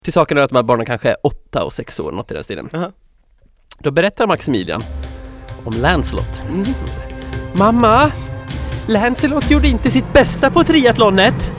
Till saken är att de här barnen kanske är 8 och 6 år, något i den stilen. Då berättar Maximilian om Lancelot. Mamma, Lancelot gjorde inte sitt bästa på triathlonet.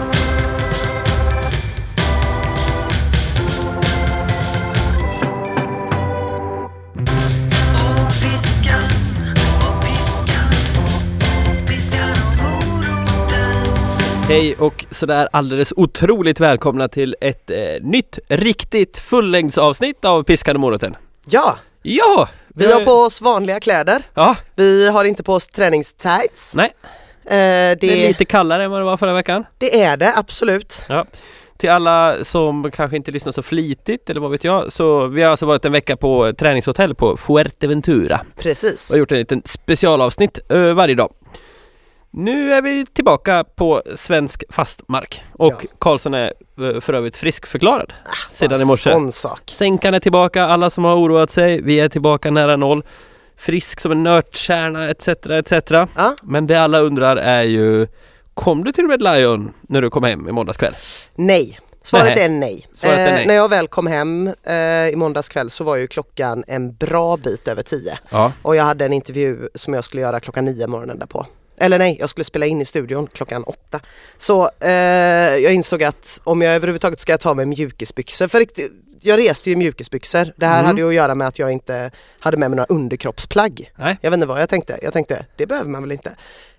Hej och sådär alldeles otroligt välkomna till ett nytt, riktigt fullängdsavsnitt av Piskan och moroten. Ja! Vi har på oss vanliga kläder. Ja. Vi har inte på oss träningstights. Nej, det är lite kallare än vad det var förra veckan. Det är det, absolut. Ja. Till alla som kanske inte lyssnar så flitigt, eller vad vet jag, så vi har alltså varit en vecka på träningshotell på Fuerteventura. Precis. Och gjort en liten specialavsnitt varje dag. Nu är vi tillbaka på svensk fastmark. Och Karlsson är för övrigt friskförklarad sedan i morse. Sån sak. Sänkan är tillbaka, alla som har oroat sig. Vi är tillbaka nära noll. Frisk som en nötkärna, etc. Ja. Men det alla undrar är ju, kom du till Red Lion när du kom hem i måndagskväll? Nej. Svaret är nej. När jag väl kom hem i måndagskväll så var ju klockan en bra bit över 10. Ja. Och jag hade en intervju som jag skulle göra klockan 9 morgonen därpå. Eller nej, jag skulle spela in i studion klockan 8. Så jag insåg att om jag överhuvudtaget ska ta med mjukisbyxor. För jag reste ju mjukisbyxor. Det här hade ju att göra med att jag inte hade med mig några underkroppsplagg. Nej. Jag vet inte vad jag tänkte. Jag tänkte, det behöver man väl inte.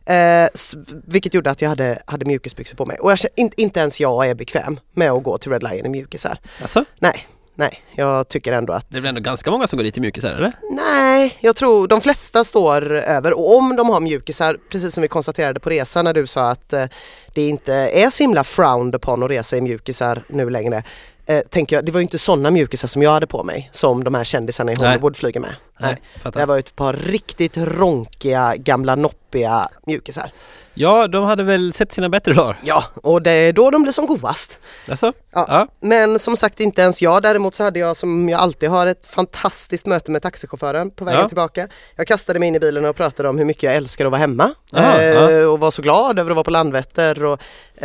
Vilket gjorde att jag hade mjukisbyxor på mig. Och inte ens jag är bekväm med att gå till Red Lion i mjukisar. Alltså? Nej, jag tycker ändå att... Det är väl ändå ganska många som går dit i mjukisar, eller? Nej, jag tror de flesta står över. Och om de har mjukisar, precis som vi konstaterade på resan när du sa att det inte är så himla frowned upon att resa i mjukisar nu längre. Tänker jag, det var ju inte sådana mjukisar som jag hade på mig som de här kändisarna i Hollywood flyger med. Nej. Det var ett par riktigt ronkiga, gamla noppiga mjukisar. Ja, de hade väl sett sina bättre dagar. Ja, och det är då de blir som godast. Alltså? Ja. Men som sagt inte ens jag. Däremot så hade jag, som jag alltid har, ett fantastiskt möte med taxichauffören på vägen tillbaka. Jag kastade mig in i bilen och pratade om hur mycket jag älskar att vara hemma. Och var så glad över att vara på Landvetter. Och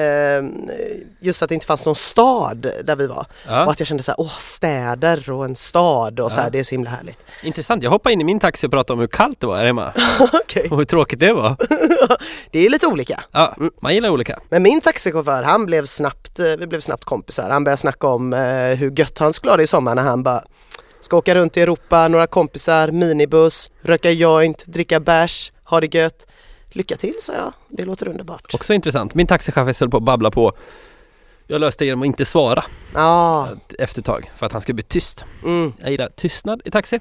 just att det inte fanns någon stad där vi var. Och att jag kände så här, städer och en stad och så här, det är så himla härligt. Intressant. Jag hoppade in i min taxi och pratade om hur kallt det var här hemma. Okay. Och hur tråkigt det var. Det är lite olika. Ja, man gillar olika. Men min taxichaufför, vi blev snabbt kompisar. Han började snacka om hur gött han skulle ha det i sommar när han bara ska åka runt i Europa, några kompisar, minibuss, röka joint, dricka bärs, ha det gött. Lycka till, sa jag. Det låter underbart. Också intressant. Min taxichaufför höll på att babbla på. Jag löste det genom att inte svara efter ett tag för att han skulle bli tyst. Jag gillar tystnad i taxi.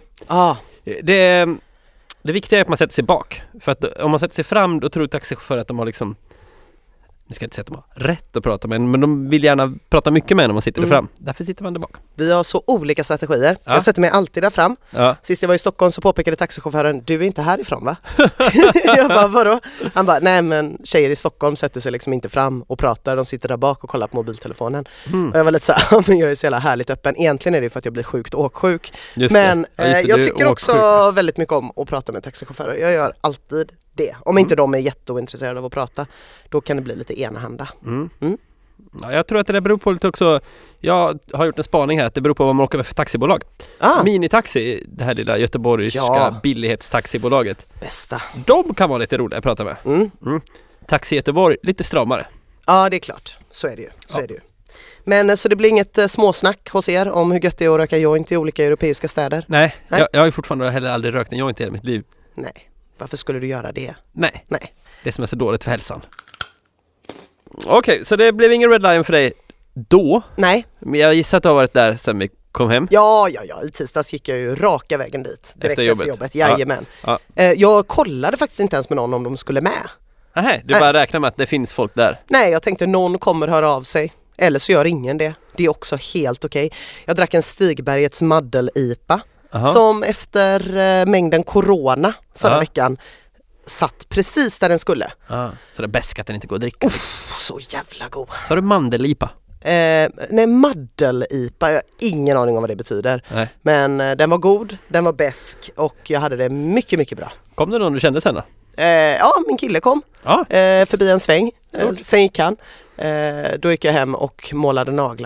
Det viktiga är att man sätter sig bak. För att om man sätter sig fram, då tror taxichaufförer att de har liksom... Nu ska jag inte säga att de har rätt att prata med en, men de vill gärna prata mycket med en när man sitter där fram. Därför sitter man där bak. Vi har så olika strategier. Jag sätter mig alltid där fram. Sist jag var i Stockholm så påpekade taxichauffören, du är inte härifrån, va? Jag bara, vadå? Han bara, nej men tjejer i Stockholm sätter sig liksom inte fram och pratar. De sitter där bak och kollar på mobiltelefonen. Och jag var lite så här, men jag är så jävla härligt öppen. Egentligen är det för att jag blir sjukt åksjuk. Men jag tycker också väldigt mycket om att prata med taxichaufförer. Jag gör alltid det. Om inte de är jätteointresserade av att prata, då kan det bli lite enahanda. Ja, jag tror att det där beror på lite också. Jag har gjort en spaning här att det beror på vad man åker med för taxibolag. Minitaxi, det här lilla göteborgska billighetstaxibolaget. Bästa. De kan vara lite roliga att prata med. Taxi Göteborg, lite stramare. Ja, det är klart. Så är det ju. Men så det blir inget småsnack hos er om hur gött det är att röka joint i olika europeiska städer? Nej. Jag har ju fortfarande heller aldrig rökt en joint i hela mitt liv. Nej. Varför skulle du göra det? Nej. Det som är så dåligt för hälsan. Okej, så det blev ingen Red Lion för dig då? Nej. Men jag gissar att du har varit där sen vi kom hem. Ja. I tisdags gick jag ju raka vägen dit. Direkt efter jobbet. Jajamän. Ja. Jag kollade faktiskt inte ens med någon om de skulle med. Du bara räknar med att det finns folk där? Nej, jag tänkte någon kommer höra av sig. Eller så gör ingen det. Det är också helt okej. Jag drack en Stigbergets Maddel-IPA. Som efter mängden corona förra veckan satt precis där den skulle. Så det är bäst att den inte går att dricka. Så jävla god. Så har du mandel-IPA? Nej, Maddel-IPA. Jag har ingen aning om vad det betyder. Nej. Men den var god, den var besk och jag hade det mycket, mycket bra. Kom det någon du kände sen då? Min kille kom förbi en sväng. Sen gick han. Då gick jag hem och målade naglarna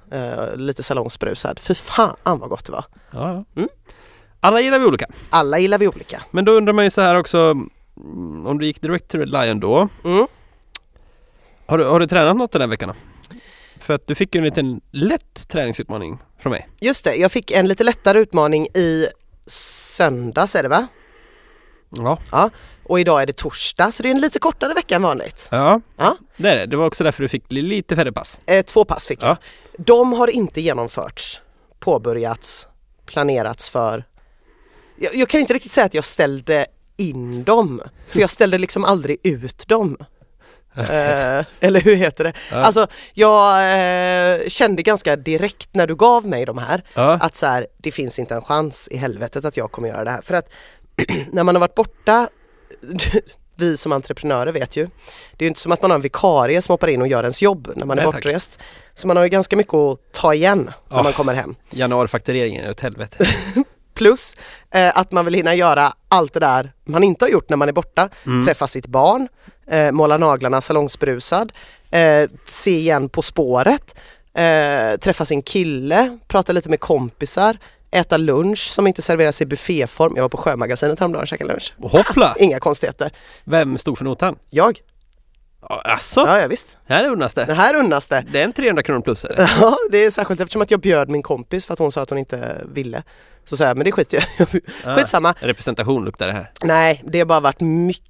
lite salongsbrusad. Fy fan vad gott det var. Ja. Alla gillar vi olika. Alla gillar vi olika. Men då undrar man ju så här också, om du gick direkt till Red Lion då. Har du tränat något den här veckan då? För att du fick ju en liten lätt träningsutmaning från mig. Just det, jag fick en lite lättare utmaning i söndags, är det va? Ja. Och idag är det torsdag, så det är en lite kortare vecka än vanligt. Ja. Det är det. Det var också därför du fick lite färre pass. 2 pass fick jag. De har inte genomförts, påbörjats, planerats för. Jag kan inte riktigt säga att jag ställde in dem. För jag ställde liksom aldrig ut dem. Eller hur heter det? Alltså jag kände ganska direkt när du gav mig de här att så här, det finns inte en chans i helvetet att jag kommer göra det här. För att när man har varit borta, vi som entreprenörer vet ju, det är ju inte som att man har en vikarie som hoppar in och gör ens jobb när man är bortrest. Så man har ju ganska mycket att ta igen när man kommer hem. Januarifaktureringen är ett helvete. Plus att man vill hinna göra allt det där man inte har gjort när man är borta. Träffa sitt barn, måla naglarna salongsbrusad, se igen På spåret, träffa sin kille, prata lite med kompisar, äta lunch som inte serveras i bufféform. Jag var på Sjömagasinet häromdagen och käkade lunch. Hoppla! Inga konstigheter. Vem stod för notan? Jag. Asså? Ja, visst. Här unnas det. Det här unnas det. Det är en 300 kronor plus, eller? Ja, det är särskilt eftersom att jag bjöd min kompis för att hon sa att hon inte ville. Så sa jag, men det skiter jag. Skitsamma. Representation luktar det här. Nej, det har bara varit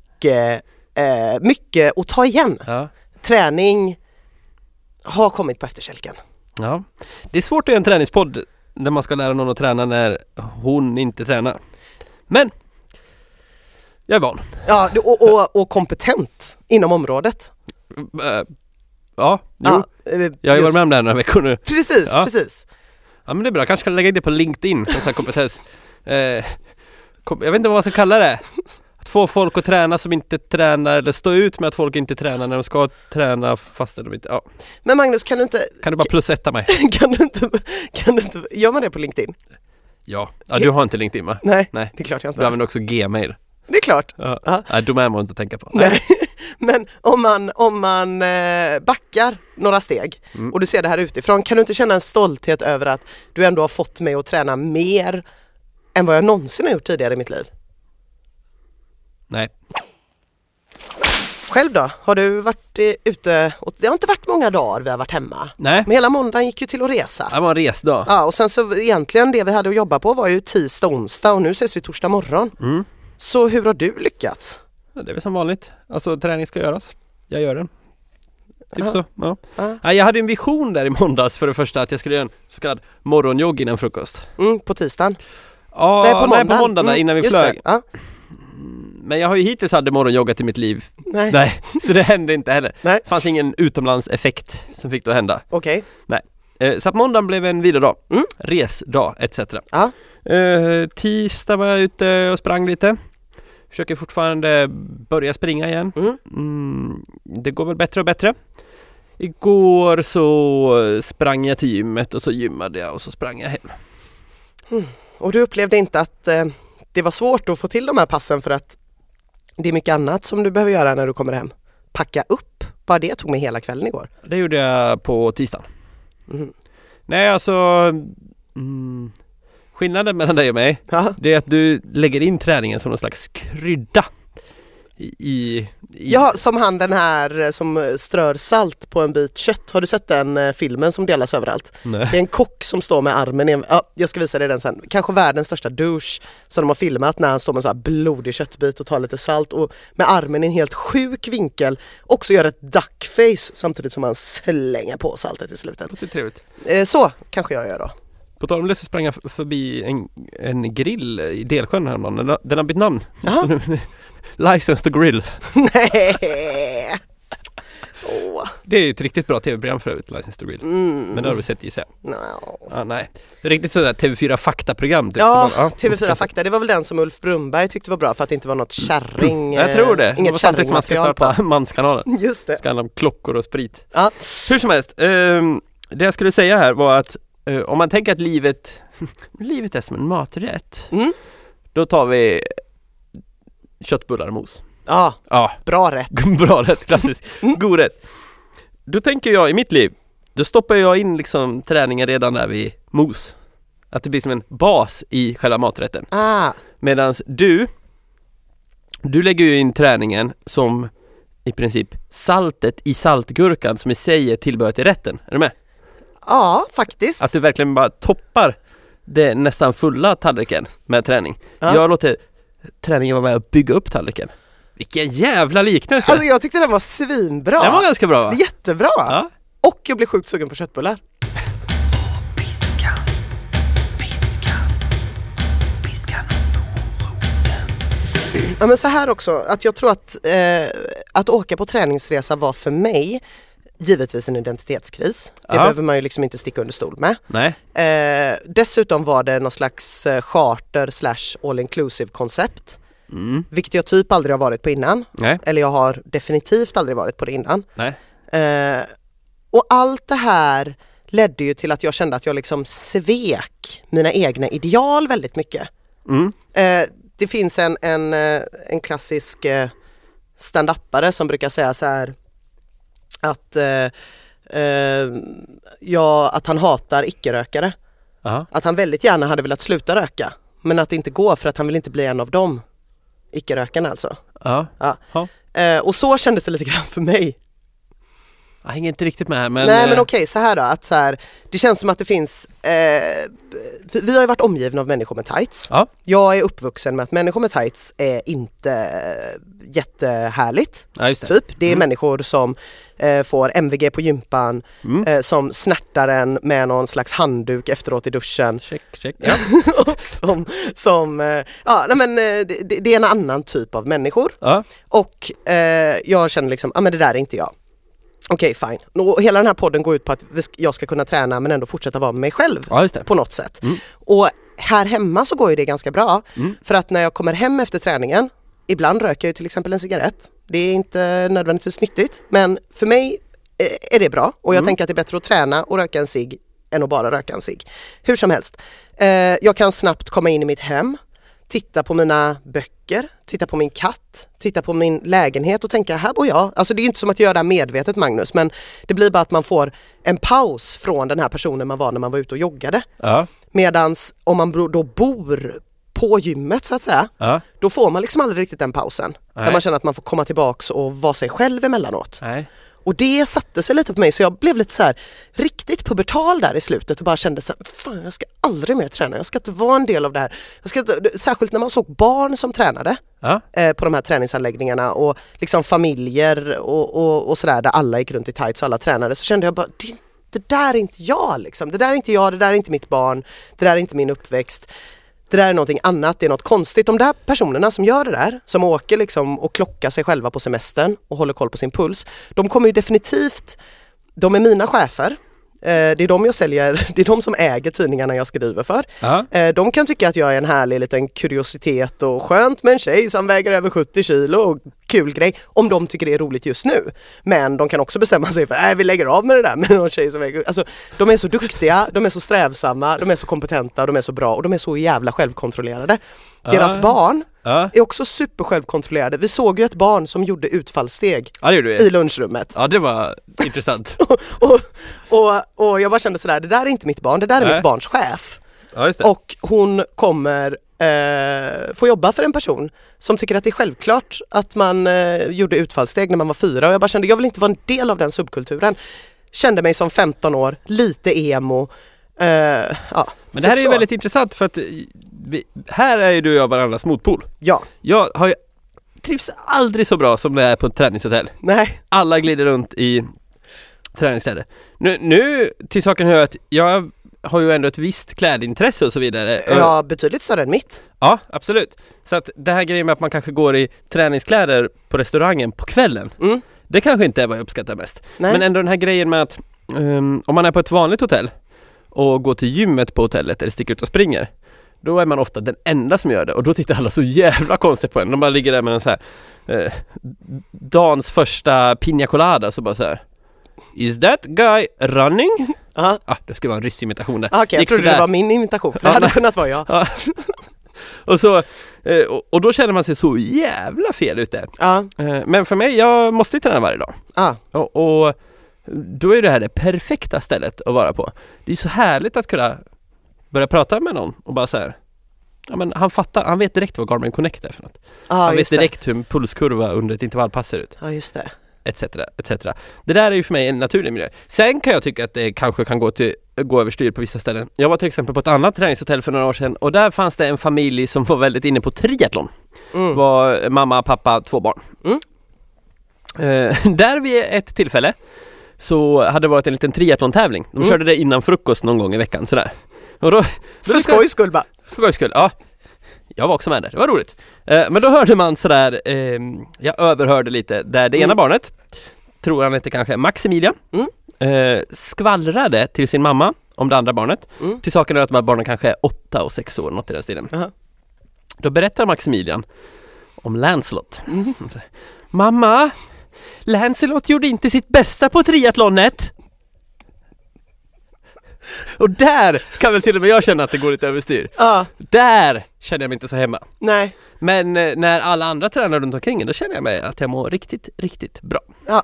mycket att ta igen. Ja. Träning har kommit på efterkälken. Ja. Det är svårt att göra en träningspodd när man ska lära någon att träna när hon inte tränar. Men jag är van. Ja, och kompetent inom området. Ja, jo. Jag har ju varit med om det här några veckor nu. Precis. Ja, men det är bra. Kanske kan lägga in det på LinkedIn. Så här kompetens. Jag vet inte vad man ska kalla det. Att få folk att träna som inte tränar, eller stå ut med att folk inte tränar när de ska träna fast de inte. Ja. Men Magnus, kan du bara +1 mig? Kan du inte gör man det på LinkedIn? Ja, du har inte LinkedIn, va? Nej, det är klart jag inte. Du använder också Gmail. Det är klart. Ja. Nej, domän var inte att tänka på. Nej. Men om man backar några steg och du ser det här utifrån, kan du inte känna en stolthet över att du ändå har fått mig att träna mer än vad jag någonsin har gjort tidigare i mitt liv? Nej. Själv då? Har du varit ute? Och det har inte varit många dagar vi har varit hemma. Nej. Men hela måndagen gick ju till att resa. Det var en resdag. Ja, och sen så egentligen det vi hade att jobba på var ju tisdag, onsdag och nu ses vi torsdag morgon. Så hur har du lyckats? Ja, det är väl som vanligt. Alltså träning ska göras. Jag gör den. Typ så. Ja. Ja, jag hade en vision där i måndags för det första att jag skulle göra en så kallad morgonjogg innan frukost. På tisdagen? Ja, på måndagen innan vi flög. Ja. Men jag har ju hittills hade morgonjoggat i mitt liv. Nej. Så det hände inte heller. Det fanns ingen utomlandseffekt som fick det att hända. Okej. Nej. Så att måndagen blev en vilodag. Resdag, etc. Ja. Tisdag var jag ute och sprang lite. Försöker fortfarande börja springa igen. Det går väl bättre och bättre. Igår så sprang jag till gymmet och så gymmade jag och så sprang jag hem. Och du upplevde inte att det var svårt att få till de här passen för att det är mycket annat som du behöver göra när du kommer hem? Packa upp? Bara det tog mig hela kvällen igår. Det gjorde jag på tisdagen. Nej, alltså skillnaden mellan dig och mig det är att du lägger in träningen som någon slags krydda Ja, som han den här som strör salt på en bit kött. Har du sett den filmen som delas överallt? Nej. Det är en kock som står med armen jag ska visa dig den sen. Kanske världens största douche som de har filmat när han står med en så här blodig köttbit och tar lite salt och med armen i en helt sjuk vinkel också gör ett duckface samtidigt som han slänger på saltet i slutet. Det är trevligt. Så kanske jag gör då. På tal om det så sprang jag förbi en grill i Delsjön häromdagen. Den har bytt namn. License to Grill. Nej. Det är ju ett riktigt bra tv-program för övrigt, License to Grill. Men det har du sett, gissar jag. Nej. Det är riktigt sådär TV4 Fakta-program. Typ, TV4 Fakta. Det var väl den som Ulf Brunberg tyckte var bra för att det inte var något kärring. Jag tror det. Inget det samtidigt som man ska starta Manskanalen. Just det. Ska handla om klockor och sprit. Ja. Hur som helst. Det jag skulle säga här var att om man tänker att livet är som en maträtt. Då tar vi köttbullar och mos. Ja. Bra rätt. Bra rätt, klassiskt. God rätt. Då tänker jag i mitt liv, då stoppar jag in liksom träningen redan där vid mos. Att det blir som en bas i själva maträtten. Medan du lägger ju in träningen som i princip saltet i saltgurkan som i sig är tillbehör till rätten. Är du med? Ja, faktiskt. Att du verkligen bara toppar det nästan fulla tallriken med träning. Jag låter träningen vara med att bygga upp tallriken. Vilken jävla liknelse. Alltså jag tyckte den var svinbra. Den var ganska bra, va? Jättebra. Ja. Och jag blev sjukt sugen på köttbullar. Ja, men så här också, att jag tror att åka på träningsresa var för mig givetvis en identitetskris. Det behöver man ju liksom inte sticka under stol med. Nej. Dessutom var det någon slags charter / all inclusive koncept. Vilket jag typ aldrig har varit på innan. Nej. Eller jag har definitivt aldrig varit på det innan. Nej. Och allt det här ledde ju till att jag kände att jag liksom svek mina egna ideal väldigt mycket. Det finns en klassisk stand-upare som brukar säga så här att att han hatar icke-rökare. Att han väldigt gärna hade velat sluta röka, men att det inte går för att han vill inte bli en av dem. Icke-rökarna alltså. Och så kändes det lite grann för mig. Jag hänger inte riktigt med här, men... Nej, men okej, så här då. Att så här, det känns som att det finns... vi har ju varit omgivna av människor med tights. Jag är uppvuxen med att människor med tights är inte jättehärligt. Typ. Det är människor som får MVG på gympan, som snärtar en med någon slags handduk efteråt i duschen. Check. Och det är en annan typ av människor. Och jag känner liksom, men det där är inte jag. Okej, fine. Och hela den här podden går ut på att jag ska kunna träna men ändå fortsätta vara med mig själv på något sätt. Och här hemma så går ju det ganska bra. För att när jag kommer hem efter träningen, ibland röker jag ju till exempel en cigarett. Det är inte nödvändigtvis nyttigt, men för mig är det bra. Och jag tänker att det är bättre att träna och röka en cigg än att bara röka en cigg. Hur som helst. Jag kan snabbt komma in i mitt hem, titta på mina böcker, titta på min katt, titta på min lägenhet och tänka, här bor jag. Alltså det är ju inte som att göra det medvetet, Magnus, men det blir bara att man får en paus från den här personen man var när man var ute och joggade. Medans om man då bor på gymmet så att säga, då får man liksom aldrig riktigt den pausen. Där man känner att man får komma tillbaks och vara sig själv emellanåt. Och det satte sig lite på mig, så jag blev lite så här riktigt pubertal där i slutet och bara kände så här, fan, jag ska aldrig mer träna, jag ska inte vara en del av det här. Särskilt när man såg barn som tränade på de här träningsanläggningarna och liksom familjer och sådär där alla gick runt i tights och alla tränade, så kände jag bara, det där är inte jag liksom. Det där är inte jag, det där är inte mitt barn, det där är inte min uppväxt. Det där är någonting annat, det är något konstigt. De där personerna som gör det där, som åker liksom och klockar sig själva på semestern och håller koll på sin puls, de kommer ju definitivt, de är mina chefer. Det är de jag säljer, det är de som äger tidningarna jag skriver för. De kan tycka att jag är en härlig liten kuriositet och skönt med en tjej som väger över 70 kilo och kul grej, om de tycker det är roligt just nu. Men de kan också bestämma sig för vi lägger av med det där med någon tjej som väger... Alltså, de är så duktiga, de är så strävsamma, de är så kompetenta, de är så bra och de är så jävla självkontrollerade. Deras barn är också super självkontrollerade. Vi såg ju ett barn som gjorde utfallssteg i lunchrummet. Ja, det var intressant. och jag bara kände sådär, det där är inte mitt barn, det där är mitt barns chef. Just det. Och hon kommer få jobba för en person som tycker att det är självklart att man gjorde utfallssteg när man var 4. Och jag bara kände, jag vill inte vara en del av den subkulturen. Kände mig som 15 år, lite emo. Men det här är ju väldigt intressant, för att här är ju du och jag varandras motpol. Ja. Jag har ju trivs aldrig så bra som det är på ett träningshotell. Nej. Alla glider runt i träningskläder. Nu till saken hör att jag har ju ändå ett visst klädintresse och så vidare. Ja, betydligt större än mitt. Ja, absolut. Så att det här grejen med att man kanske går i träningskläder på restaurangen på kvällen, det kanske inte är vad jag uppskattar mest. Nej. Men ändå den här grejen med att om man är på ett vanligt hotell och går till gymmet på hotellet eller sticker ut och springer, då är man ofta den enda som gör det. Och då tittar alla så jävla konstigt på en. De bara ligger där med en så här dans första pina colada, så bara så här: Is that guy running? Det ska vara en rysk imitation där. Okej, jag trodde det var min imitation, för det hade kunnat vara jag. Och då känner man sig så jävla fel ute. Men för mig, jag måste ju träna varje dag. Då är det här det perfekta stället att vara på. Det är så härligt att kunna börja prata med någon och bara så här. Ja, men han vet direkt vad Garmin Connect är för något. Han vet direkt hur en pulskurva under ett intervallpass ser ut. Ja, just det. Etc. Det där är ju för mig en naturlig miljö. Sen kan jag tycka att det kanske kan gå överstyr på vissa ställen. Jag var till exempel på ett annat träningshotell för några år sedan och där fanns det en familj som var väldigt inne på triathlon. Var mamma, pappa, 2 barn. Där vid ett tillfälle så hade det varit en liten triathlon-tävling. De körde det innan frukost någon gång i veckan sådär. Och då för skojs skull bara. Skojs skull, ja. Jag var också med där, det var roligt. Men då hörde man sådär, jag överhörde lite där det ena barnet, tror han heter kanske Maximilian, skvallrade till sin mamma om det andra barnet. Till saken är att de här barnen kanske är 8 och 6 år, något i den stilen. Då berättar Maximilian om Lancelot. Mamma, Lancelot gjorde inte sitt bästa på triathlonet. Och där kan väl till och med jag känna att det går lite överstyr. Där känner jag mig inte så hemma. Nej. Men när alla andra tränar runt omkring, då känner jag mig att jag mår riktigt, riktigt bra. Ja.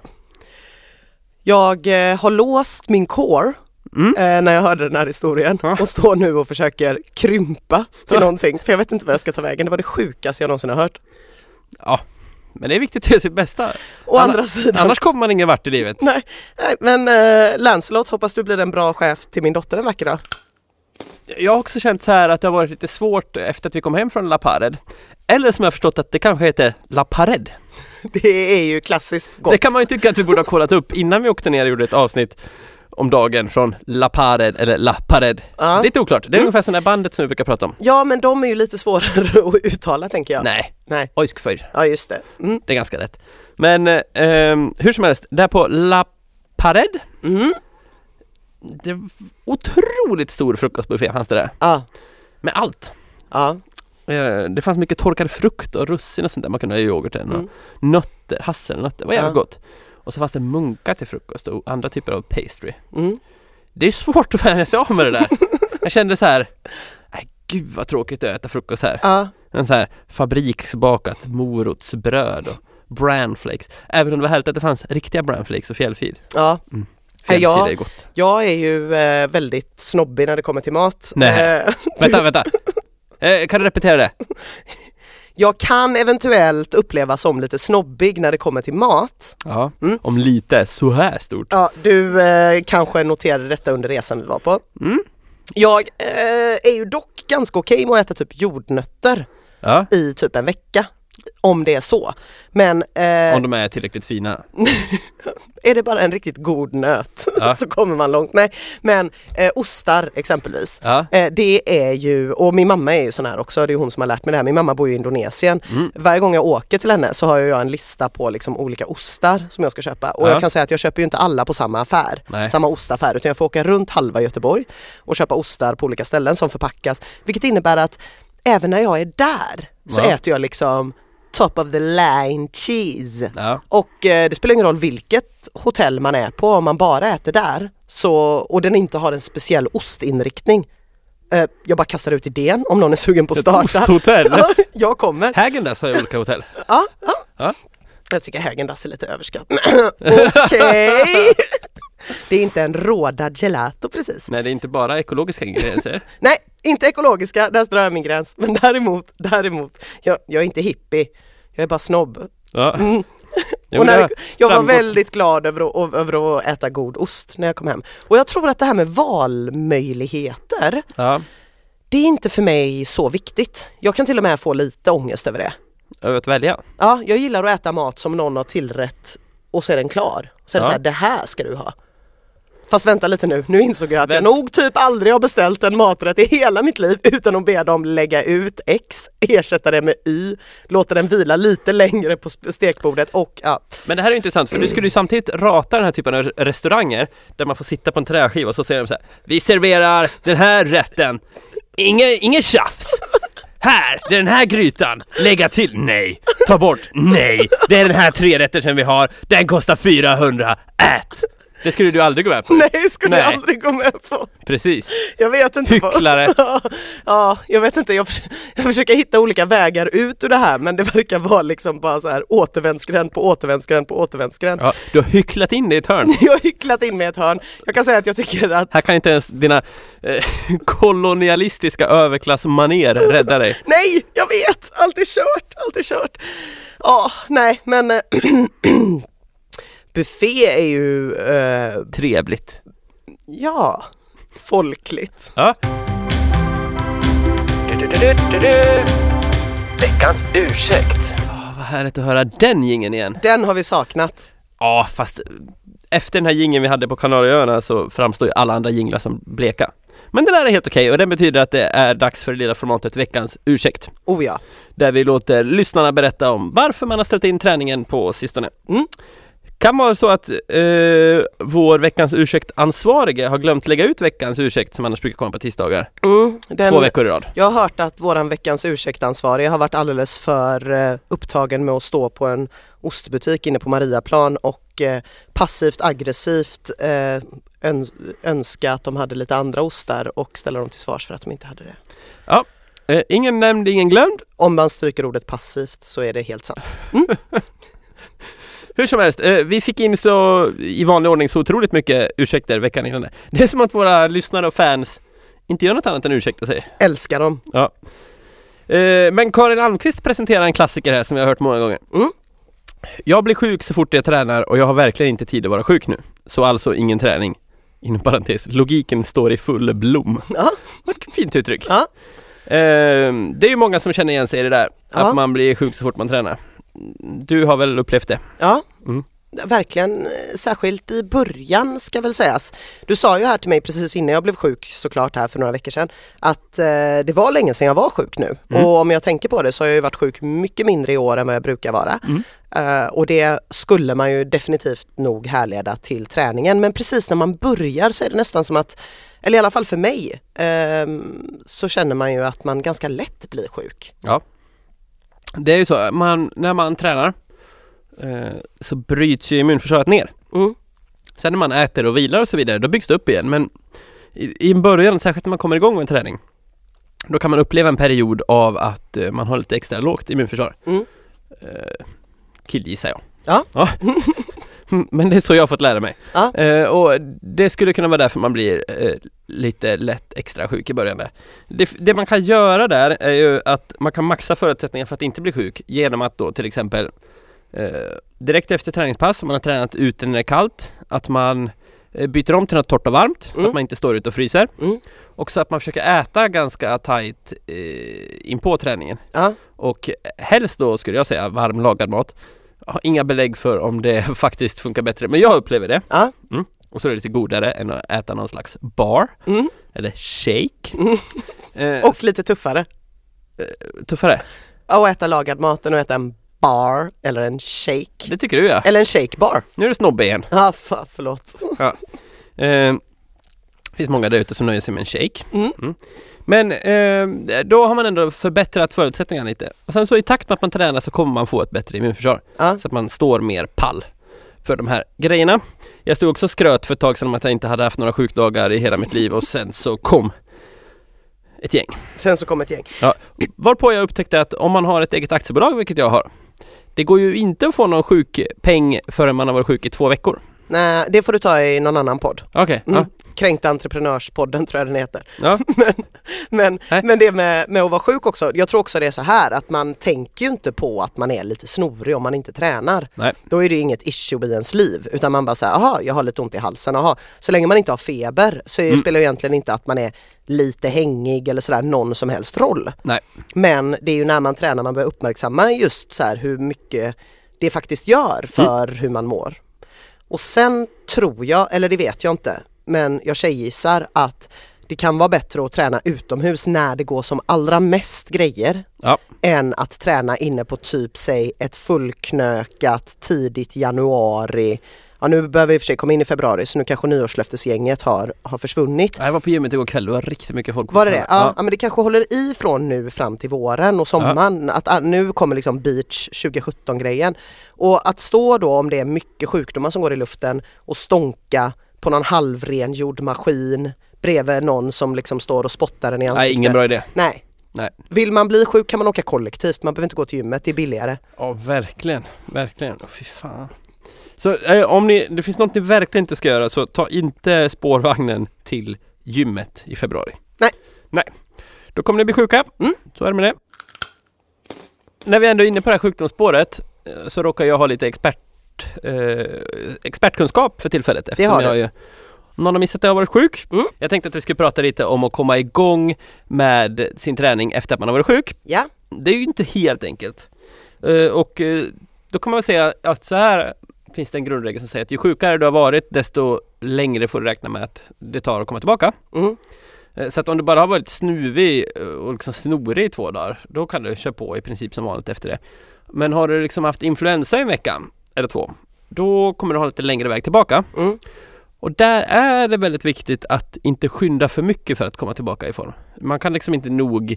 Jag har låst min core när jag hörde den här historien och står nu och försöker krympa till någonting. För jag vet inte vad jag ska ta vägen. Det var det sjukaste jag någonsin har hört. Ja. Men det är viktigt att göra sitt bästa. Å andra sidan. Annars kommer man ingen vart i livet. Nej, men Lancelot, hoppas du blir en bra chef till min dotter en vacker dag. Jag har också känt så här att det har varit lite svårt efter att vi kom hem från La Pared. Eller som jag har förstått att det kanske heter La Pared. Det är ju klassiskt gott. Det kan man ju tycka att vi borde ha kollat upp innan vi åkte ner och gjorde ett avsnitt om dagen från La Pared eller La Pared. Lite oklart. Det är ungefär sådana bandet som vi brukar prata om. Ja, men de är ju lite svårare att uttala, tänker jag. Nej. Oiskföjr. Ja, just det. Det är ganska rätt. Men hur som helst, där på La Pared. Det är otroligt stor frukostbuffé fanns det där. Med allt. Det fanns mycket torkad frukt och russin och sånt där. Man kunde ha i yoghurten och nötter, hasselnötter. Det var jävligt gott. Och så fanns det munkar till frukost och andra typer av pastry. Det är svårt att vänja sig av med det där. Jag kände så här, nej gud vad tråkigt att äta frukost här. En så här fabriksbakat morotsbröd och branflakes. Även om det var härligt att det fanns riktiga branflakes och fjällfil. Fjällfil är gott. Jag är ju väldigt snobbig när det kommer till mat. Nej. Vänta. Kan du repetera det? Jag kan eventuellt upplevas som lite snobbig när det kommer till mat. Ja, om lite så här stort. Ja, du kanske noterade detta under resan vi var på. Jag är ju dock ganska okej med att äta typ jordnötter i typ en vecka. Om det är så. Men, om de är tillräckligt fina. Är det bara en riktigt god nöt så kommer man långt. Nej, men ostar exempelvis. Det är ju, och min mamma är ju sån här också, det är hon som har lärt mig det här. Min mamma bor ju i Indonesien. Varje gång jag åker till henne så har jag en lista på liksom olika ostar som jag ska köpa. Och jag kan säga att jag köper ju inte alla på samma affär. Samma ostaffär, utan jag får åka runt halva Göteborg och köpa ostar på olika ställen som förpackas. Vilket innebär att även när jag är där så äter jag liksom top of the line cheese. Och det spelar ingen roll vilket hotell man är på, om man bara äter där och den inte har en speciell ostinriktning. Jag bara kastar ut idén om någon är sugen på att starta. Osthotell? Jag kommer. Häagen-Dazs har ju olika hotell. Ja. Jag tycker Häagen-Dazs är lite överskattat. Okej. Det är inte en råda gelato precis. Nej, det är inte bara ekologiska ingredienser. Nej, inte ekologiska, där drar jag min gräns. Men däremot jag är inte hippie. Jag är bara snobb. Och jag var väldigt glad över att äta god ost när jag kom hem. Och jag tror att det här med valmöjligheter, det är inte för mig så viktigt. Jag kan till och med få lite ångest över det. Över att välja? Ja, jag gillar att äta mat som någon har tillrätt och så är den klar. Så är det så här, det här ska du ha. Fast vänta lite nu insåg jag att jag nog typ aldrig har beställt en maträtt i hela mitt liv utan att be dem lägga ut X, ersätta det med Y, låta den vila lite längre på stekbordet och Men det här är intressant, för du skulle ju samtidigt rata den här typen av restauranger där man får sitta på en träskiva och så säger de så här: vi serverar den här rätten, ingen tjafs. Här, det är den här grytan. Lägga till, nej. Ta bort, nej. Det är den här 3-rätter som vi har. Den kostar 400, ät. Det skulle du aldrig gå med på. Nej, skulle jag aldrig gå med på. Precis. Jag vet inte. Hycklare. Ja, jag vet inte. Jag försöker hitta olika vägar ut ur det här, men det verkar vara liksom bara så här återvändsgränd på återvändsgränd på återvändsgränd. Ja, du har hycklat in dig i ett hörn. Jag har hycklat in mig i ett hörn. Jag kan säga att jag tycker att... Här kan inte ens dina kolonialistiska överklassmaner rädda dig. Nej, jag vet. Alltid kört. Ja, nej, men... buffé är ju... Trevligt. Ja, folkligt. Ja. Veckans ursäkt. Vad härligt att höra den jingeln igen. Den har vi saknat. Ja, fast efter den här jingeln vi hade på Kanarieöarna så framstår ju alla andra jinglar som bleka. Men det där är helt okej och den betyder att det är dags för det lilla formatet Veckans ursäkt. Oh ja. Där vi låter lyssnarna berätta om varför man har ställt in träningen på sistone. Kan vara så att vår veckans ursäkt-ansvarige har glömt lägga ut veckans ursäkt som annars brukar komma på tisdagar. 2 veckor i rad. Jag har hört att våran veckans ursäkt-ansvarige har varit alldeles för upptagen med att stå på en ostbutik inne på Mariaplan och passivt aggressivt önska att de hade lite andra ostar och ställa dem till svars för att de inte hade det. Ja, ingen nämnd, ingen glömd. Om man stryker ordet passivt så är det helt sant. Hur som helst, vi fick in så i vanlig ordning så otroligt mycket ursäkter veckan innan. Det är som att våra lyssnare och fans inte gör något annat än ursäkta sig. Älskar dem. Ja. Men Karin Almqvist presenterar en klassiker här som jag har hört många gånger. Jag blir sjuk så fort jag tränar och jag har verkligen inte tid att vara sjuk nu. Så alltså ingen träning. Inom parentes, logiken står i full blom. Ja. Vad ett fint uttryck. Ja. Det är ju många som känner igen sig i det där. Ja. Att man blir sjuk så fort man tränar. Du har väl upplevt det? Ja, verkligen. Särskilt i början ska väl sägas. Du sa ju här till mig precis innan jag blev sjuk såklart här för några veckor sedan att det var länge sedan jag var sjuk nu. Och om jag tänker på det så har jag ju varit sjuk mycket mindre i år än vad jag brukar vara. Och det skulle man ju definitivt nog härleda till träningen. Men precis när man börjar så är det nästan som att, eller i alla fall för mig, så känner man ju att man ganska lätt blir sjuk. Ja. Det är ju så, när man tränar så bryts ju immunförsvaret ner. Sen när man äter och vilar och så vidare, då byggs det upp igen. Men i början, särskilt när man kommer igång med en träning, då kan man uppleva en period av att man har lite extra lågt immunförsvar. Killgissar jag. Ja. Men det är så jag har fått lära mig. Ja. Och det skulle kunna vara därför man blir lite lätt extra sjuk i början. Det man kan göra där är ju att man kan maxa förutsättningar för att inte bli sjuk genom att då till exempel direkt efter träningspass, om man har tränat ute när det är kallt, att man byter om till något torrt och varmt så att man inte står ute och fryser. Och så att man försöker äta ganska tajt in på träningen. Och helst då skulle jag säga varmlagad mat. Jag har inga belägg för om det faktiskt funkar bättre, men jag upplever det. Och så är det lite godare än att äta någon slags bar eller shake. Och lite tuffare. Tuffare? Att äta lagad mat än att äta en bar eller en shake. Det tycker du, ja. Eller en shake bar. Nu är det snobbe igen. Ja, förlåt. Ja. Det finns många där ute som nöjer sig med en shake. Men då har man ändå förbättrat förutsättningarna lite. Och sen så i takt med att man tränar så kommer man få ett bättre immunförsvar. Så att man står mer pall för de här grejerna. Jag stod också skröt för ett tag sedan om att jag inte hade haft några sjukdagar i hela mitt liv. Och sen så kom ett gäng. Ja. Varpå jag upptäckte att om man har ett eget aktiebolag, vilket jag har, det går ju inte att få någon sjukpeng förrän man har varit sjuk i 2 veckor. Nej, det får du ta i någon annan podd. Okej. Kränkt entreprenörspodden tror jag den heter. Ja. men det med att vara sjuk också, jag tror också det är så här att man tänker ju inte på att man är lite snorig om man inte tränar. Nej. Då är det inget issue i ens liv, utan man bara säger, aha, jag har lite ont i halsen, aha. Så länge man inte har feber så spelar det egentligen inte att man är lite hängig eller sådär någon som helst roll. Nej. Men det är ju när man tränar man börjar uppmärksamma just så här hur mycket det faktiskt gör för hur man mår. Och sen tror jag, eller det vet jag inte, men jag tjejgissar att det kan vara bättre att träna utomhus när det går som allra mest grejer än att träna inne på typ, säg, ett fullknökat tidigt januari. nu behöver vi i och för sig komma in i februari, så nu kanske nyårslöftesgänget har försvunnit. Jag var på gymmet igår kväll, det var riktigt mycket folk. Var det? Ja, men det kanske håller i från nu fram till våren och sommaren. Att nu kommer liksom Beach 2017-grejen. Och att stå då, om det är mycket sjukdomar som går i luften, och stånka på någon halvrengjord maskin bredvid någon som liksom står och spottar den i ansiktet. Nej, ingen bra idé. Nej. Vill man bli sjuk kan man åka kollektivt. Man behöver inte gå till gymmet, det är billigare. Ja, verkligen. Fy fan. Så det finns något ni verkligen inte ska göra, så ta inte spårvagnen till gymmet i februari. Nej. Då kommer ni bli sjuka. Så är det med det. När vi ändå är inne på det här sjukdomsspåret, så råkar jag ha lite expertkunskap för tillfället. Eftersom någon har missat att jag har varit sjuk. Jag tänkte att vi skulle prata lite om att komma igång med sin träning efter att man har varit sjuk. Ja. Det är ju inte helt enkelt. Och då kan man väl säga att så här finns det en grundregel som säger att ju sjukare du har varit, desto längre får du räkna med att det tar att komma tillbaka. Så att om du bara har varit snuvig och liksom snorig i 2 dagar, då kan du köra på i princip som vanligt efter det. Men har du liksom haft influensa i en vecka eller 2, då kommer du ha lite längre väg tillbaka. Och där är det väldigt viktigt att inte skynda för mycket för att komma tillbaka i form. Man kan liksom inte nog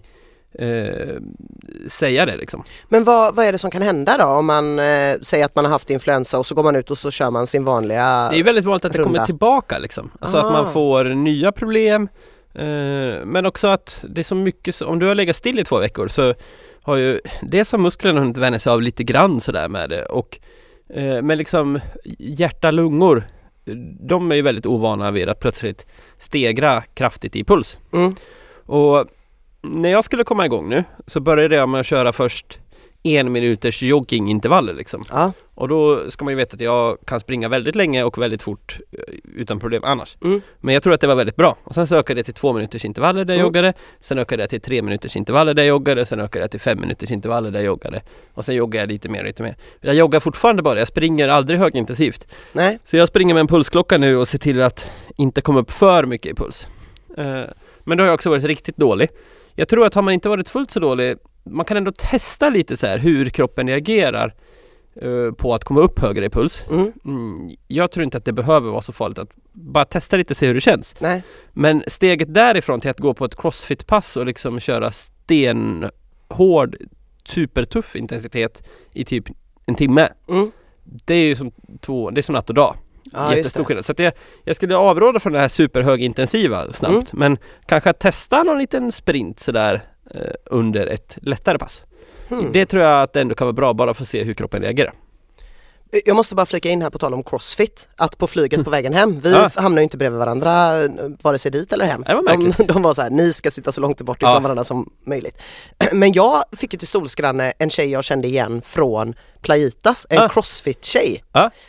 säga det liksom. Men vad är det som kan hända då om man säger att man har haft influensa och så går man ut och så kör man sin vanliga Det är väldigt vanligt att det kommer tillbaka liksom. Alltså att man får nya problem, men också att det är så mycket, om du har legat still i 2 veckor så har ju dels har musklerna hunnit vänja sig av lite grann sådär med det, och men liksom hjärta, lungor, de är ju väldigt ovana vid att plötsligt stegra kraftigt i puls. Och när jag skulle komma igång nu så började jag med att köra först 1 minuters joggingintervaller liksom. Och då ska man ju veta att jag kan springa väldigt länge och väldigt fort utan problem annars. Men jag tror att det var väldigt bra. Och sen så ökade jag till 2 minuters intervaller där jag joggade. Sen ökade jag till 3 minuters intervaller där jag joggade. Sen ökade jag till 5 minuters intervaller där jag joggade. Och sen joggade jag lite mer. Jag joggar fortfarande bara. Jag springer aldrig högintensivt. Nej. Så jag springer med en pulsklocka nu och ser till att inte komma upp för mycket i puls. Men då har jag också varit riktigt dålig. Jag tror att har man inte varit fullt så dålig, man kan ändå testa lite så här hur kroppen reagerar på att komma upp högre i puls. Jag tror inte att det behöver vara så farligt att bara testa lite och se hur det känns. Nej. Men steget därifrån till att gå på ett crossfit-pass och liksom köra stenhård, supertuff intensitet i typ 1 timme. Det är ju som natt och dag. Jättestor skillnad. Så att jag skulle avråda från det här superhögintensiva snabbt. Men kanske att testa någon liten sprint sådär under ett lättare pass. Det tror jag att det ändå kan vara bra, bara för att se hur kroppen reagerar. Jag måste bara flika in här på tal om crossfit, att på flyget på vägen hem, vi hamnar ju inte bredvid varandra vare sig dit eller hem. De var så här, ni ska sitta så långt bort ifrån varandra som möjligt. Men jag fick ju till stolsgranne en tjej jag kände igen från Playitas, en crossfit-tjej.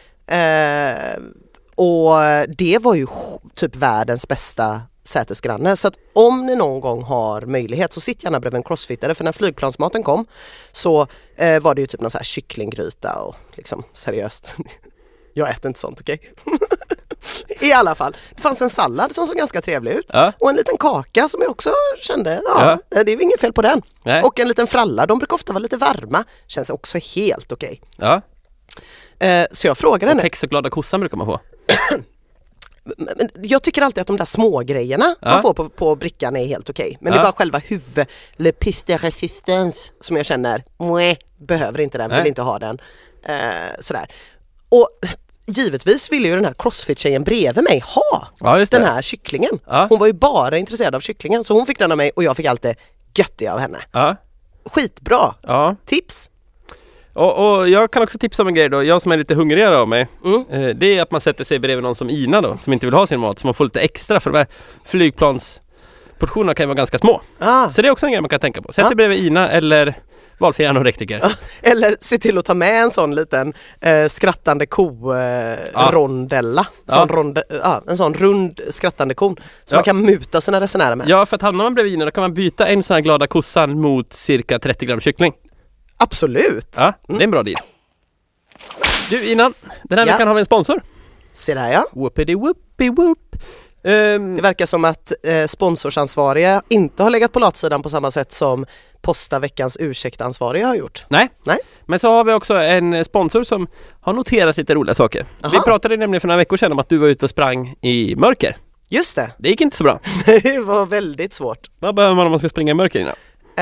Och det var ju typ världens bästa sätesgranne. Så att om ni någon gång har möjlighet så sitt gärna bredvid en crossfittare. För när flygplansmaten kom så var det ju typ någon så här kycklinggryta och liksom seriöst. Jag äter inte sånt, okej? I alla fall. Det fanns en sallad som såg ganska trevlig ut. Och en liten kaka som jag också kände, det är ju inget fel på den. Nej. Och en liten fralla, de brukar ofta vara lite varma. Känns också helt okej. Så jag frågade henne. Och kex och glada kossan brukar man få. Men jag tycker alltid att de där små grejerna man får på brickan är helt okej. Men det är bara själva le piste resistance som jag känner, behöver inte den, vill inte ha den. Sådär. Och givetvis ville ju den här crossfit-tjejen bredvid mig ha den här kycklingen. Hon var ju bara intresserad av kycklingen, så hon fick den av mig och jag fick allt det göttiga av henne. Skitbra. Tips. Och jag kan också tipsa om en grej då. Jag som är lite hungrigare av mig, det är att man sätter sig bredvid någon som Ina då, som inte vill ha sin mat, så man får lite extra, för de här flygplansportionerna kan ju vara ganska små. Så det är också en grej man kan tänka på. Sätt dig bredvid Ina eller valfri anorektiker. Eller se till att ta med en sån liten skrattande ko-rondella. En sån rund skrattande kon som man kan muta sina resenärer med. Ja, för att hamnar man bredvid Ina då kan man byta en sån här glada kossan mot cirka 30 gram kyckling. Absolut. Det är en bra deal. Du, innan den här veckan har vi en sponsor. Se där, ja. Whoopity whoopie whoop. Det verkar som att sponsorsansvariga inte har legat på latsidan på samma sätt som Posta veckans ursäktansvariga har gjort. Nej, men så har vi också en sponsor som har noterat lite roliga saker. Aha. Vi pratade nämligen för några veckor sedan om att du var ute och sprang i mörker. Just det. Det gick inte så bra. Det var väldigt svårt. Vad behöver man om man ska springa i mörker innan?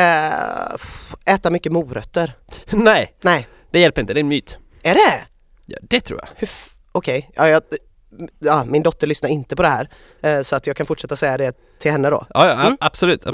Äta mycket morötter. Nej, Nej. det hjälper inte. Det är en myt. Är det? Ja, det tror jag. Okej. Ja, min dotter lyssnar inte på det här. Så att jag kan fortsätta säga det till henne då. Ja, absolut.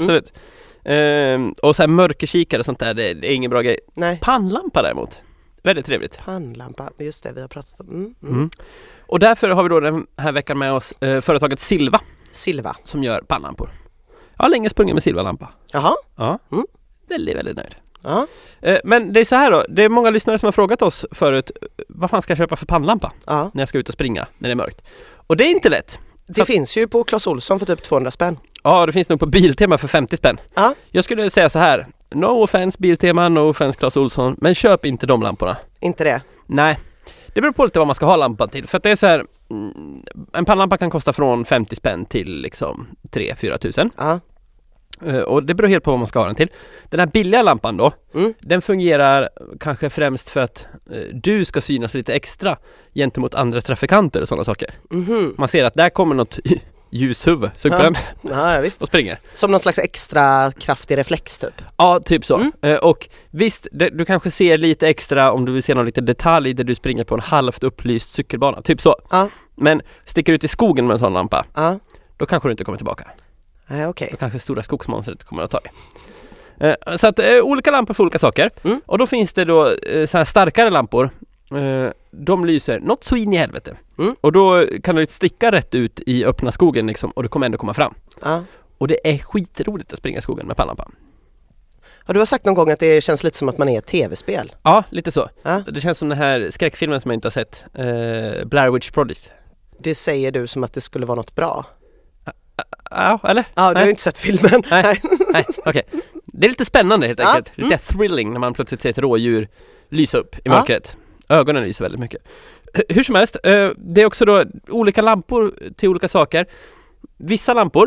Och så här mörkerkikare och sånt där, det är ingen bra grej. Nej. Pannlampa däremot. Väldigt trevligt. Pannlampa, just det, vi har pratat om. Och därför har vi då den här veckan med oss företaget Silva. Silva. Som gör pannlampor. Jag har länge sprungit med Silva-lampa. Jaha. Ja. Väldigt, väldigt nöjd. Ja. Men det är så här då, det är många lyssnare som har frågat oss förut vad fan ska jag köpa för pannlampa när jag ska ut och springa när det är mörkt. Och det är inte lätt. Det finns ju på Clas Ohlson för typ 200 spänn. Ja, det finns nog på Biltema för 50 spänn. Ja. Jag skulle säga så här, no offense Biltema, no offense Clas Ohlson, men köp inte de lamporna. Inte det? Nej, det beror på lite vad man ska ha lampan till. För att det är så här, en pannlampa kan kosta från 50 spänn till liksom 3-4 tusen. Ja. Och det beror helt på vad man ska ha den till. Den här billiga lampan då, den fungerar kanske främst för att du ska synas lite extra gentemot andra trafikanter och sådana saker. Man ser att där kommer något ljushuvud, ja, visst. och springer. Som någon slags extra kraftig reflex typ. Ja, typ så. Och visst, du kanske ser lite extra om du vill se någon liten detalj där du springer på en halvt upplyst cykelbana, typ så. Ja. Men sticker ut i skogen med en sån lampa, då kanske du inte kommer tillbaka. Okay. Då kanske stora skogsmonstret kommer att ta dig. Så att olika lampor för olika saker. Och då finns det då så här starkare lampor. De lyser något så in i helvete. Och då kan du sticka rätt ut i öppna skogen liksom, och du kommer ändå komma fram. Och det är skitroligt att springa i skogen med pannlampan. Ja, du har sagt någon gång att det känns lite som att man är ett tv-spel. Ja, lite så. Det känns som den här skräckfilmen som jag inte har sett. Blair Witch Project. Det säger du som att det skulle vara något bra. Ja, eller? Ja, du har ju inte sett filmen. Nej, okej. Det är lite spännande helt enkelt. Lite thrilling när man plötsligt ser ett rådjur lysa upp i mörkret. Ögonen lyser väldigt mycket. Hur som helst, det är också då olika lampor till olika saker. Vissa lampor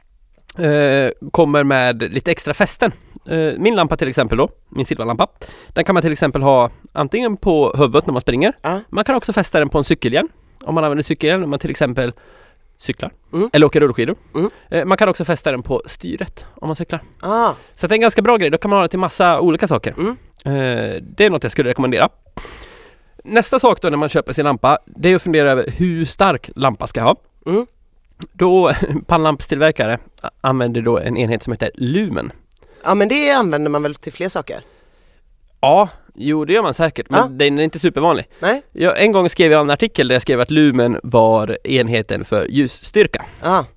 kommer med lite extra fästen. Min lampa till exempel då, min silverlampa, den kan man till exempel ha antingen på huvudet när man springer. Man kan också fästa den på en cykelhjälm. Om man använder cykelhjälm när man till exempel cyklar eller åker rullskidor. Man kan också fästa den på styret om man cyklar. Så det är en ganska bra grej. Då kan man ha det till massa olika saker. Det är något jag skulle rekommendera. Nästa sak då när man köper sin lampa, det är att fundera över hur stark lampa ska ha. Då pannlampstillverkare använder då en enhet som heter lumen. Ja, men det använder man väl till fler saker? Ja, jo det gör man säkert, men den är inte supervanlig. Nej. En gång skrev jag en artikel där jag skrev att lumen var enheten för ljusstyrka.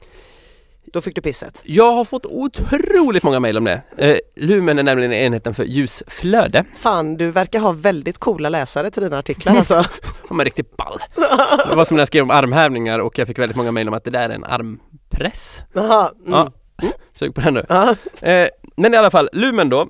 Då fick du pisset. Jag har fått otroligt många mejl om det. Lumen är nämligen enheten för ljusflöde. Fan, du verkar ha väldigt coola läsare till dina artiklar alltså. De är riktigt ball. Det var som när jag skrev om armhävningar och jag fick väldigt många mejl om att det där är en armpress. Ja, sug på den nu. Men i alla fall, lumen då.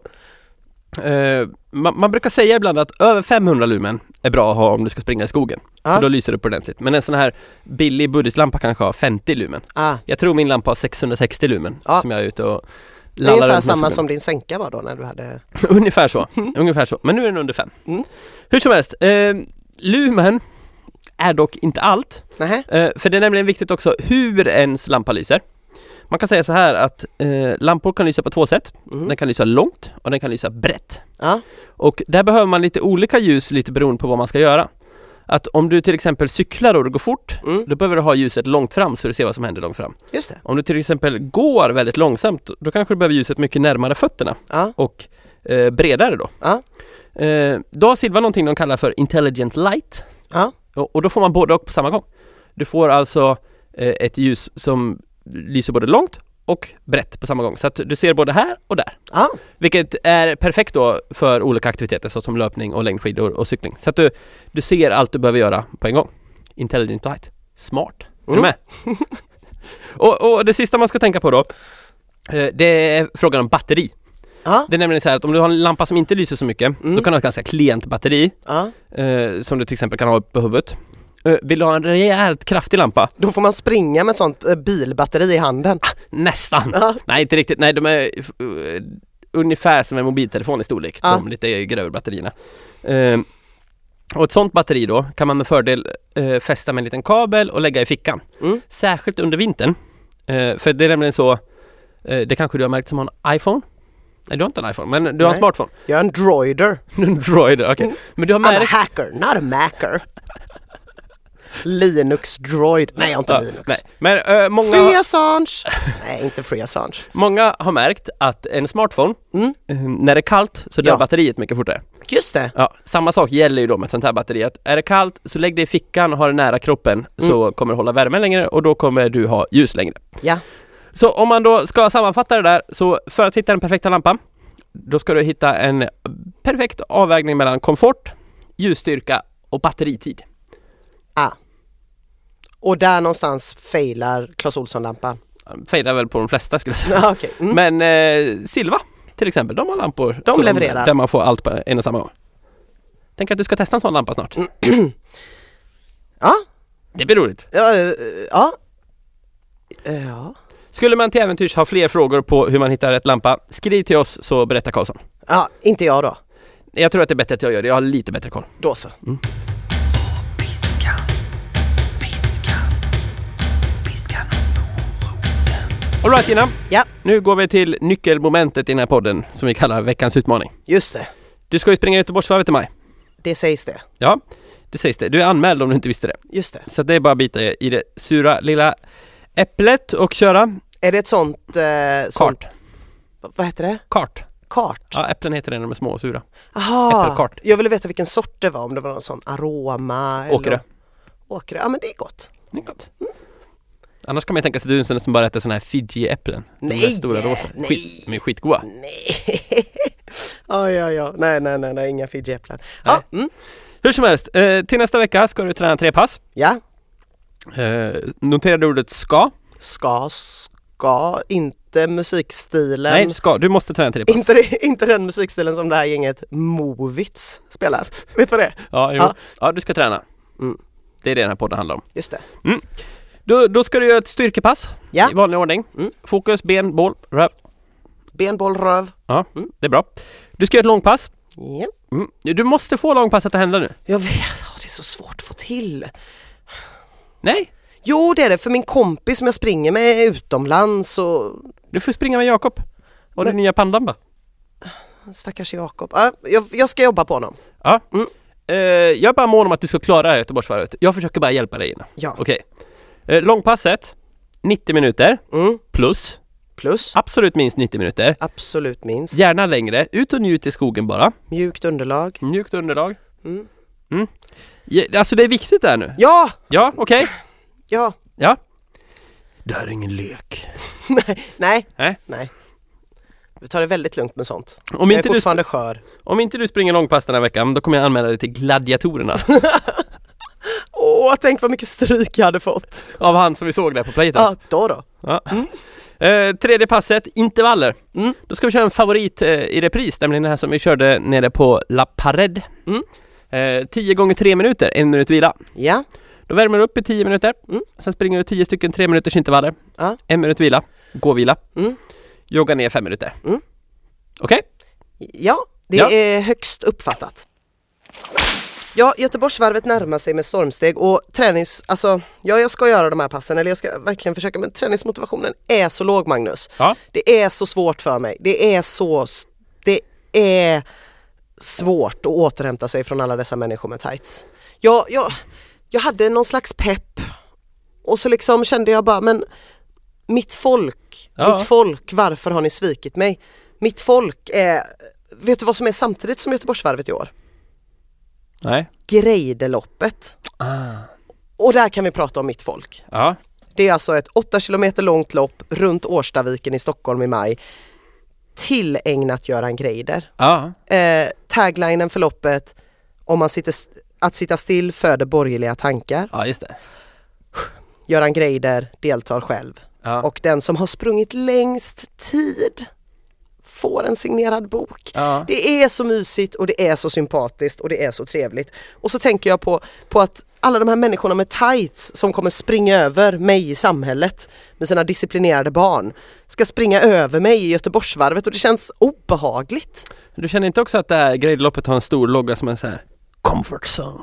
Man brukar säga ibland att över 500 lumen är bra att ha om du ska springa i skogen. För då lyser det på ordentligt. Men en sån här billig budgetlampa kanske har 50 lumen. Jag tror min lampa har 660 lumen som jag är ute och lallar. Ungefär samma som din sänka var då när du hade... Ungefär så. Men nu är den under 5. Hur som helst, lumen är dock inte allt. För det är nämligen viktigt också hur ens lampa lyser. Man kan säga så här att lampor kan lysa på 2 sätt. Den kan lysa långt och den kan lysa brett. Och där behöver man lite olika ljus lite beroende på vad man ska göra. Att om du till exempel cyklar och det går fort, då behöver du ha ljuset långt fram så du ser vad som händer långt fram. Just det. Om du till exempel går väldigt långsamt, då kanske du behöver ljuset mycket närmare fötterna. Och bredare då. Då har Silva någonting de kallar för intelligent light. Och då får man både och på samma gång. Du får alltså ett ljus som lyser både långt och brett på samma gång. Så att du ser både här och där. Vilket är perfekt då för olika aktiviteter såsom löpning och längdskidor och cykling. Så att du ser allt du behöver göra på en gång. Intelligent light. Smart. Är du med? och det sista man ska tänka på då, det är frågan om batteri. Det är nämligen så här att om du har en lampa som inte lyser så mycket, då kan du ha ett ganska klent batteri som du till exempel kan ha upp på huvudet. Vill du ha en rejält kraftig lampa? Då får man springa med ett sånt bilbatteri i handen. Nästan. Nej, inte riktigt. Nej, de är ungefär som en mobiltelefon i storlek. De lite grövre batterierna. Och ett sånt batteri då kan man med fördel fästa med en liten kabel och lägga i fickan. Särskilt under vintern. För det är nämligen så, det kanske du har märkt som har en iPhone. Nej, du har inte en iPhone, men du har en smartphone. Jag är en droider. En droider, okej. Men du har märkt... I'm a hacker, not a macker. Linux droid. Nej, jag har inte Linux. Nej. Men många... Free Assange. Nej, inte Free Assange. Många har märkt att en smartphone, när det är kallt så dör batteriet mycket fortare. Just det. Ja, samma sak gäller ju då med ett sånt här batteri. Att är det kallt så lägg det i fickan och ha det nära kroppen så kommer det hålla värmen längre och då kommer du ha ljus längre. Ja. Så om man då ska sammanfatta det där, så för att hitta den perfekta lampan, då ska du hitta en perfekt avvägning mellan komfort, ljusstyrka och batteritid. Och där någonstans failar Clas Ohlson-lampan. Failar väl på de flesta skulle jag säga. Okay. Men Silva till exempel, de har lampor. De levererar. Där man får allt på en och samma gång. Tänk att du ska testa en sån lampa snart. Ja. Det blir roligt. Ja. Skulle man till äventyrs ha fler frågor på hur man hittar rätt lampa, skriv till oss så berättar Karlsson. Ja, inte jag då. Jag tror att det är bättre att jag gör det. Jag har lite bättre koll. Då så. All right, Gina. Ja. Nu går vi till nyckelmomentet i den här podden som vi kallar veckans utmaning. Just det. Du ska ju springa Göteborgsvarvet i maj. Det sägs det. Ja, det sägs det. Du är anmäld om du inte visste det. Just det. Så det är bara att bita i det sura lilla äpplet och köra. Är det ett sånt... Kart. Vad heter det? Kart. Kart? Ja, äpplen heter det när de är små och sura. Aha. Äppelkart. Jag ville veta vilken sort det var. Om det var någon sån aroma eller... Åkre. Ja, men det är gott. Det är gott. Annars kan man tänka sig att du som bara äter såna här Fiji-äpplen. Nej! Stora rosa. Nej! De är skitgoda. Nej. Ja. Nej, inga Fiji-äpplen. Ja. Hur som helst, till nästa vecka ska du träna 3 pass. Ja. Noterade ordet ska. Ska, inte musikstilen. Nej, ska. Du måste träna 3 pass. Inte den musikstilen som det här gänget Movits spelar. Vet du vad det är? Ja, du ska träna. Det är det den här podden handlar om. Just det. Då ska du göra ett styrkepass i vanlig ordning. Fokus, ben, bål, röv. Ben, bål, röv. Ja, det är bra. Du ska göra ett långpass. Ja. Du måste få långpasset att hända nu. Jag vet, det är så svårt att få till. Nej. Jo, det är det. För min kompis som jag springer med utomlands och... Du får springa med Jakob. Och den nya pandan bara. Stackars Jakob. Ja, jag ska jobba på honom. Ja. Jag är bara mån om att du ska klara Göteborgsvarvet. Jag försöker bara hjälpa dig in. Ja. Okej. Långpasset 90 minuter plus absolut minst 90 minuter. Absolut minst. Gärna längre. Ut och njut i skogen bara. Mjukt underlag. Alltså det är viktigt där nu. Ja! Ja, okej. Ja. Det här är ingen lek. Nej. Vi tar det väldigt lugnt med sånt. Om jag inte är fortfarande skör. Om inte du springer långpass den här veckan, då kommer jag anmäla dig till gladiatorerna. Tänk vad mycket stryk jag hade fått. Av han som vi såg där på Playtime. Ja, då. Ja. Tredje passet, intervaller. Då ska vi köra en favorit i repris, nämligen den här som vi körde nere på La Parade. 10 gånger 3 minuter, 1 minut vila. Ja. Då värmer du upp i 10 minuter. Sen springer du 10 stycken 3 minuters intervaller. 1 minut vila, gå-vila. Jogga ner 5 minuter. Okej? Ja, det är högst uppfattat. Ja, Göteborgsvarvet närmar sig med stormsteg och jag ska göra de här passen, eller jag ska verkligen försöka, men träningsmotivationen är så låg, Magnus. Ja. Det är så svårt för mig. Det är svårt att återhämta sig från alla dessa människor med tights. Jag hade någon slags pepp och så liksom kände jag bara, men mitt folk, varför har ni svikit mig? Mitt folk är, vet du vad som är samtidigt som Göteborgsvarvet i år? Nej. Grejdeloppet. Och där kan vi prata om mitt folk. Ja. Det är alltså ett 8 kilometer långt lopp runt Årstaviken i Stockholm i maj. Tillägnat Göran Greider. Ja. Taglinen för loppet, att sitta still föder borgerliga tankar. Ja, just det. Göran Greider deltar själv. Ja. Och den som har sprungit längst tid får en signerad bok. Ja. Det är så mysigt och det är så sympatiskt och det är så trevligt. Och så tänker jag på att alla de här människorna med tights som kommer springa över mig i samhället med sina disciplinerade barn ska springa över mig i Göteborgsvarvet och det känns obehagligt. Du känner inte också att det här grejloppet har en stor logga som är så här comfort zone?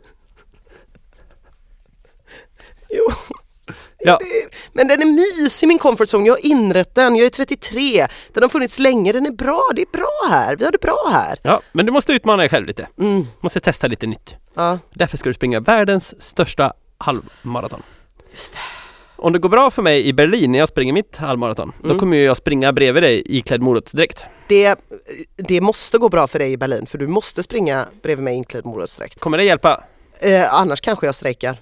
Jo. Ja. Men den är mysig, min comfort zone. Jag har inrett den, jag är 33. Den har funnits länge, den är bra. Det är bra här, vi har det bra här. Ja, men du måste utmana dig själv lite. Måste testa lite nytt. Ja. Därför ska du springa världens största halvmaraton. Just det. Om det går bra för mig i Berlin när jag springer mitt halvmaraton, då kommer jag springa bredvid dig iklädd morotsdräkt. Det måste gå bra för dig i Berlin, för du måste springa bredvid mig iklädd morotsdräkt. Kommer det hjälpa? Annars kanske jag strejkar.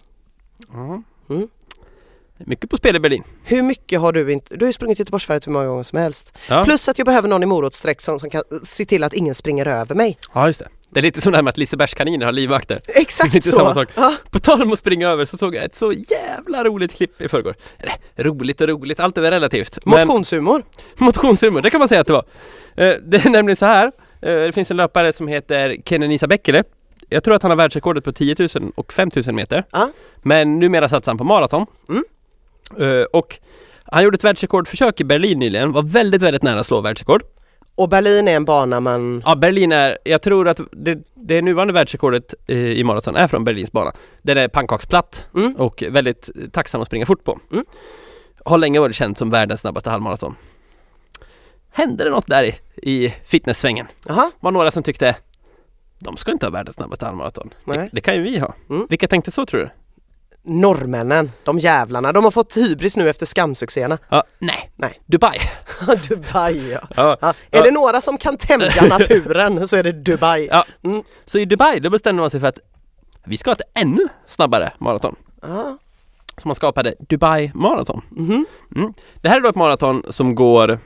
Mycket på spel i Berlin. Hur mycket har du inte? Du har ju sprungit Göteborgsvarvet hur många gånger som helst. Ja. Plus att jag behöver någon i morotsdräkt som kan se till att ingen springer över mig. Ja, just det. Det är lite som det här med att Lisebergskaniner har livvakter. Exakt lite så. Samma sak. Ja. På tal om att springa över så såg jag ett så jävla roligt klipp i förrgår. Roligt, allt är väl relativt. Motionshumor. Motionshumor, det kan man säga att det var. Det är nämligen så här. Det finns en löpare som heter Kenenisa Bäckele. Jag tror att han har världsrekordet på 10 000 och 5 000 meter. Men numera satsar han på maraton. Och han gjorde ett världsrekordförsök i Berlin nyligen. Var väldigt, väldigt nära att slå världsrekord. Och Berlin är en bana man... Ja, Berlin är... Jag tror att det nuvarande världsrekordet i maraton är från Berlins bana. Den är pannkaksplatt och väldigt tacksam att springa fort på. Har länge varit känt som världens snabbaste halvmaraton. Hände det något där i fitnesssvängen? Var några som tyckte de ska inte ha världens snabbaste halvmaraton. Det kan ju vi ha. Vilka tänkte så, tror du? Norrmännen, de jävlarna. De har fått hybris nu efter skamsuccéerna. Ja, nej. Dubai. Dubai, ja. Är det några som kan tämja naturen så är det Dubai. Ja. Så i Dubai då bestämde man sig för att vi ska ha ett ännu snabbare maraton. Så man skapade Dubai Marathon. Det här är då ett maraton som går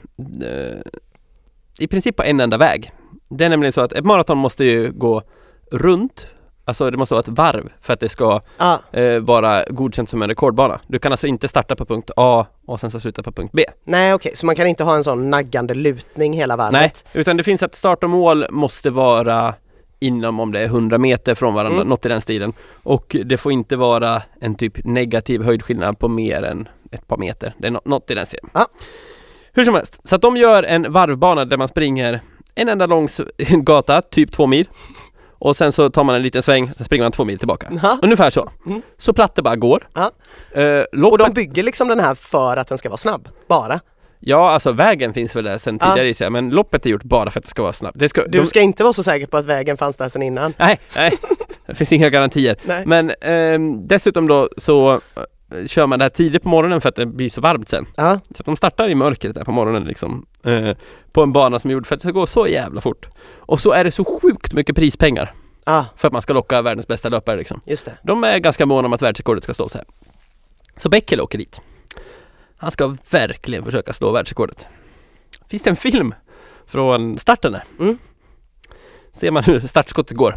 i princip på en enda väg. Det är nämligen så att ett maraton måste ju gå runt. Alltså det måste vara ett varv för att det ska vara godkänt som en rekordbana. Du kan alltså inte starta på punkt A och sen så sluta på punkt B. Nej, okej. Så man kan inte ha en sån naggande lutning hela varvet? Nej, utan det finns att start och mål måste vara inom om det är 100 meter från varandra, något i den stilen. Och det får inte vara en typ negativ höjdskillnad på mer än ett par meter. Det är något i den stilen. Hur som helst, så att de gör en varvbana där man springer en enda lång gata, typ 2 mil. Och sen så tar man en liten sväng, så springer man 2 mil tillbaka. Ungefär så. Så platt det bara går. Och de bygger liksom den här för att den ska vara snabb, bara? Ja, alltså vägen finns väl där sen tidigare i sig, men loppet är gjort bara för att det ska vara snabbt. Du ska inte vara så säker på att vägen fanns där sen innan. Nej. Det finns inga garantier. Nej. Men dessutom då så kör man det här tidigt på morgonen för att det blir så varmt sen. Så att de startar i mörkret där på morgonen liksom, på en bana som är gjord för att det ska gå så jävla fort. Och så är det så sjukt mycket prispengar för att man ska locka världens bästa löpare liksom. Just det. De är ganska måna om att världsrekordet ska slås här. Så Bäckele åker dit. Han ska verkligen försöka slå världsrekordet. Finns det en film från starten där? Ser man hur startskottet går.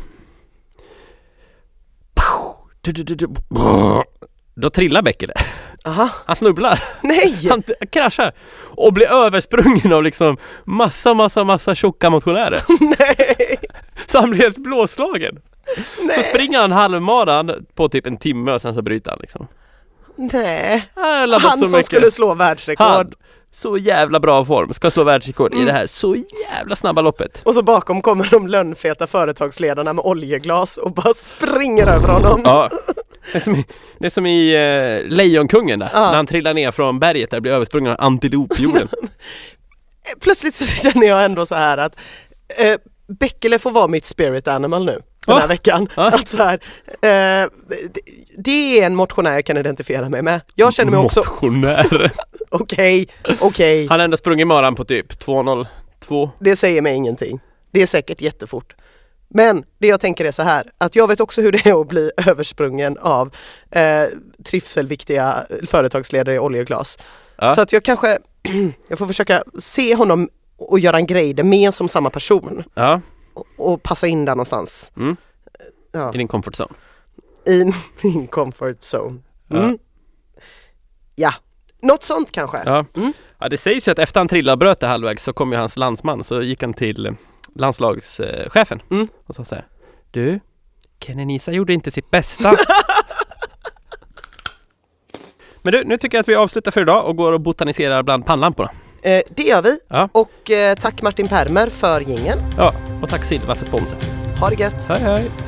Då trillar Bäckele. Han snubblar. Nej! Han kraschar. Och blir översprungen av liksom massa tjocka motionärer. Nej! Så han blir helt blåslagen. Nej. Så springer han halvmaran på typ en timme och sen så bryter han liksom. Nej. Han som skulle slå världsrekord. Så jävla bra form. Ska slå världsrekord i det här så jävla snabba loppet. Och så bakom kommer de lönnfeta företagsledarna med oljeglas och bara springer över honom. Ja. Det är som i Lejonkungen där. När han trillar ner från berget där blir översprungen av antilopjorden. Plötsligt så känner jag ändå så här att Bäckele får vara mitt spirit animal nu den här veckan. Att så här, det är en motionär jag kan identifiera mig med. Jag känner mig också... Motionär? Okej. Han har ändå sprungit maran på typ 2:02. Det säger mig ingenting. Det är säkert jättefort. Men det jag tänker är så här, att jag vet också hur det är att bli översprungen av trivselviktiga företagsledare i oljeglas. Så att jag kanske, jag får försöka se honom och göra en grej där med som samma person. Och passa in där någonstans. I din comfort zone. I min comfort zone. Ja, något sånt kanske. Ja, Ja, det sägs ju att efter han trillade och bröt det halvvägs så kom ju hans landsman, så gick han till landslagschefen och sa så här: du, Kenenisa gjorde inte sitt bästa. Men du, nu tycker jag att vi avslutar för idag och går och botaniserar bland pannlamporna. Det gör vi. Ja. Och tack Martin Permer för jingeln. Ja, och tack Silva för sponsor. Ha det gött. Hej hej.